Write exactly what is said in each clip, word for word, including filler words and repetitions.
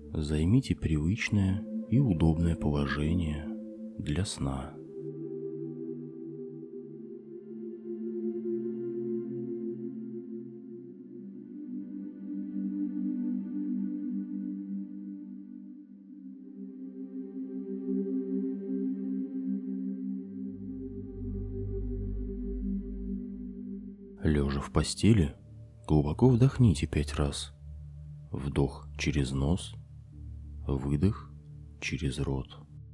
Займите привычное и удобное положение для сна. Лежа в постели, глубоко вдохните пять раз. Вдох через нос, выдох через рот.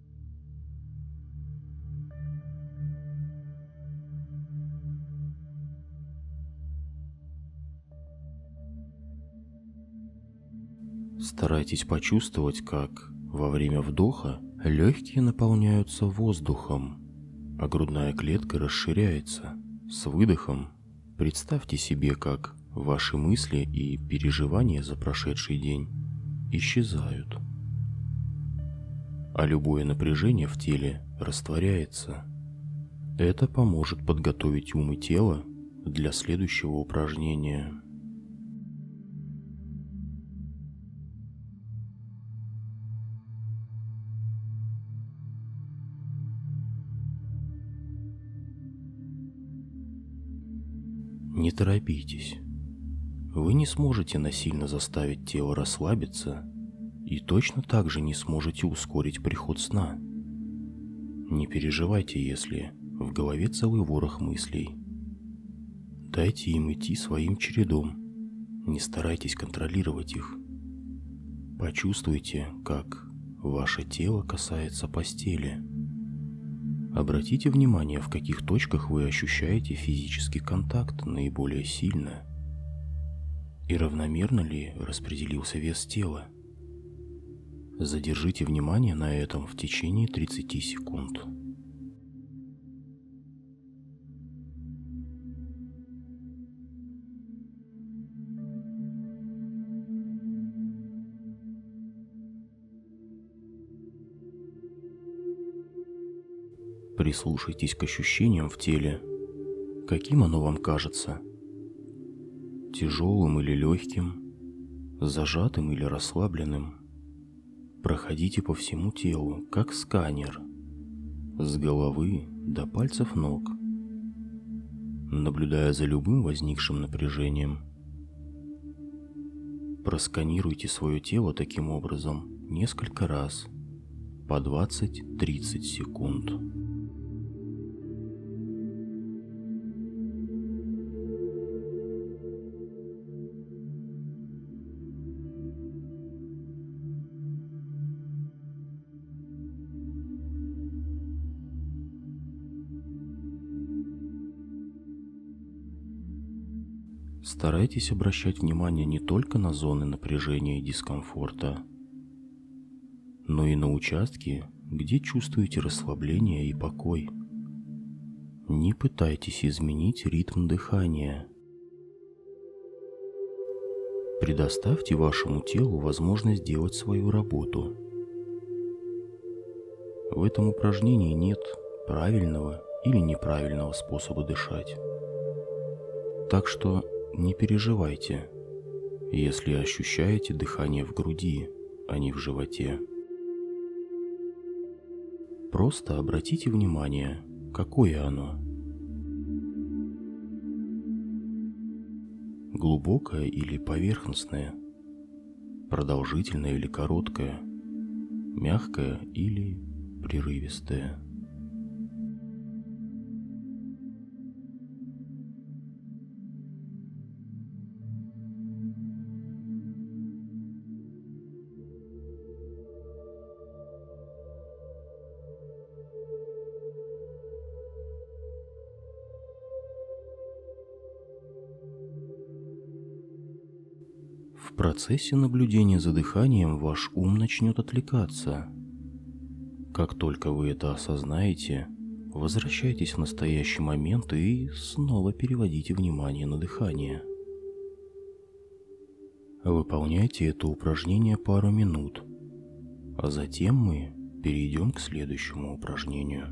Старайтесь почувствовать, как во время вдоха легкие наполняются воздухом, а грудная клетка расширяется. С выдохом представьте себе, как ваши мысли и переживания за прошедший день исчезают, а любое напряжение в теле растворяется. Это поможет подготовить ум и тело для следующего упражнения. Не торопитесь. Вы не сможете насильно заставить тело расслабиться и точно так же не сможете ускорить приход сна. Не переживайте, если в голове целый ворох мыслей. Дайте им идти своим чередом, не старайтесь контролировать их. Почувствуйте, как ваше тело касается постели. Обратите внимание, в каких точках вы ощущаете физический контакт наиболее сильно, и равномерно ли распределился вес тела. Задержите внимание на этом в течение тридцати секунд. Прислушайтесь к ощущениям в теле. Каким оно вам кажется? Тяжелым или легким? Зажатым или расслабленным? Проходите по всему телу, как сканер, с головы до пальцев ног, наблюдая за любым возникшим напряжением. Просканируйте свое тело таким образом несколько раз, по двадцать-тридцать секунд. Старайтесь обращать внимание не только на зоны напряжения и дискомфорта, но и на участки, где чувствуете расслабление и покой. Не пытайтесь изменить ритм дыхания. Предоставьте вашему телу возможность делать свою работу. В этом упражнении нет правильного или неправильного способа дышать. Так что не переживайте, если ощущаете дыхание в груди, а не в животе. Просто обратите внимание, какое оно. Глубокое или поверхностное, продолжительное или короткое, мягкое или прерывистое. В процессе наблюдения за дыханием ваш ум начнет отвлекаться. Как только вы это осознаете, возвращайтесь в настоящий момент и снова переводите внимание на дыхание. Выполняйте это упражнение пару минут, а затем мы перейдем к следующему упражнению.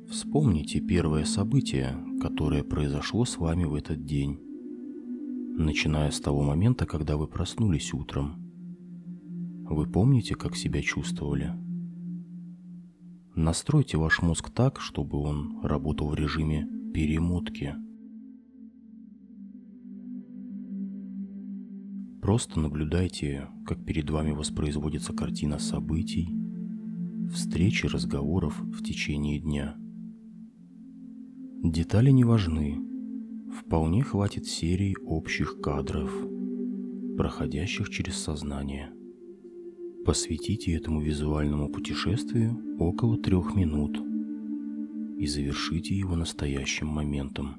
Вспомните первое событие, которое произошло с вами в этот день, начиная с того момента, когда вы проснулись утром. Вы помните, как себя чувствовали? Настройте ваш мозг так, чтобы он работал в режиме перемотки. Просто наблюдайте, как перед вами воспроизводится картина событий, встреч и разговоров в течение дня. Детали не важны. Вполне хватит серии общих кадров, проходящих через сознание. Посвятите этому визуальному путешествию около трех минут и завершите его настоящим моментом.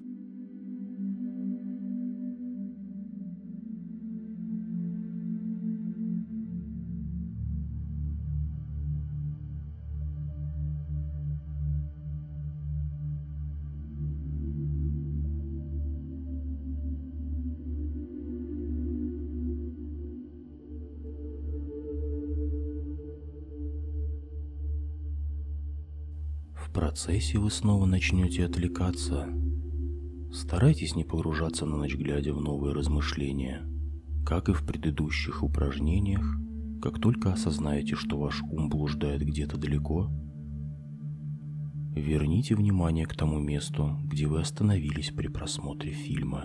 В процессе вы снова начнете отвлекаться. Старайтесь не погружаться на ночь глядя в новые размышления. Как и в предыдущих упражнениях, как только осознаете, что ваш ум блуждает где-то далеко, верните внимание к тому месту, где вы остановились при просмотре фильма.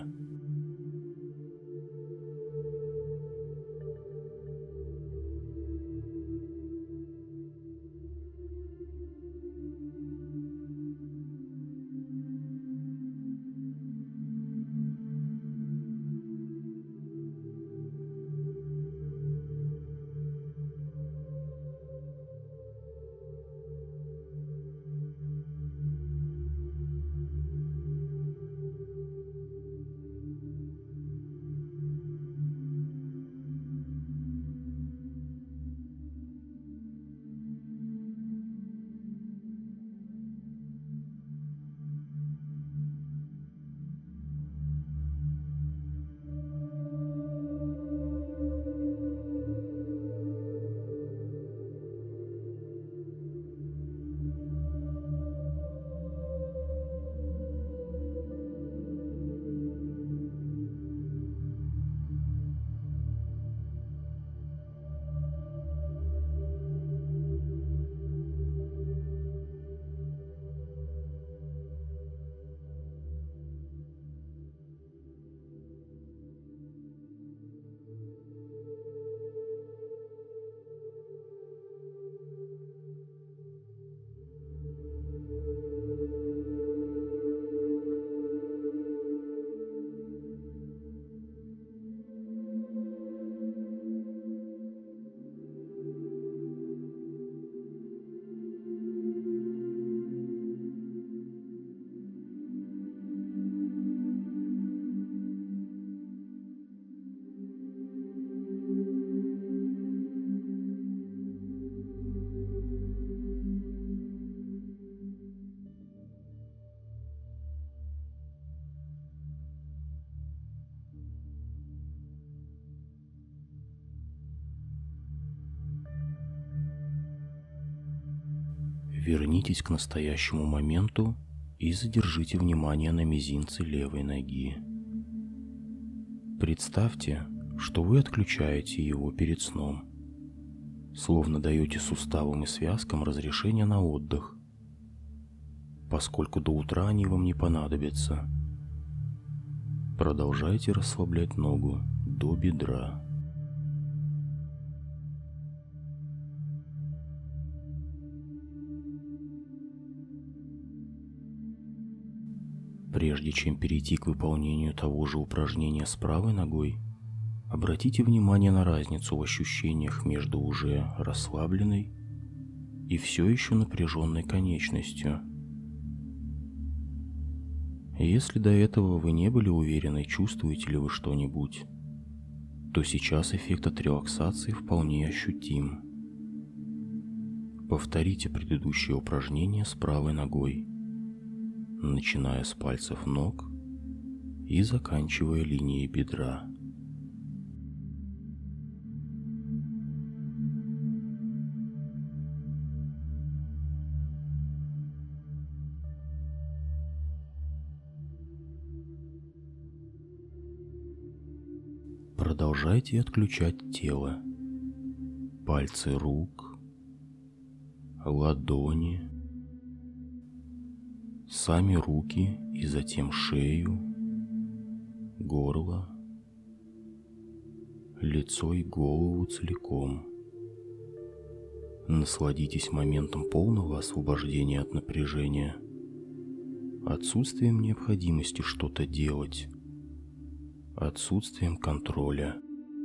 Вернитесь к настоящему моменту и задержите внимание на мизинце левой ноги. Представьте, что вы отключаете его перед сном, словно даете суставам и связкам разрешение на отдых, поскольку до утра они вам не понадобятся. Продолжайте расслаблять ногу до бедра. Прежде чем перейти к выполнению того же упражнения с правой ногой, обратите внимание на разницу в ощущениях между уже расслабленной и все еще напряженной конечностью. Если до этого вы не были уверены, чувствуете ли вы что-нибудь, то сейчас эффект от релаксации вполне ощутим. Повторите предыдущее упражнение с правой ногой, начиная с пальцев ног и заканчивая линией бедра. продолжайте отключать тело. Пальцы рук, ладони, сами руки и затем шею, горло, лицо и голову целиком. Насладитесь моментом полного освобождения от напряжения, отсутствием необходимости что-то делать, отсутствием контроля.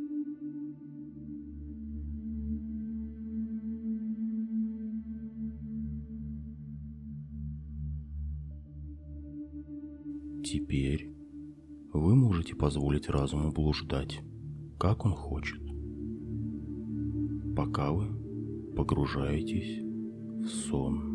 Теперь вы можете позволить разуму блуждать, как он хочет, пока вы погружаетесь в сон.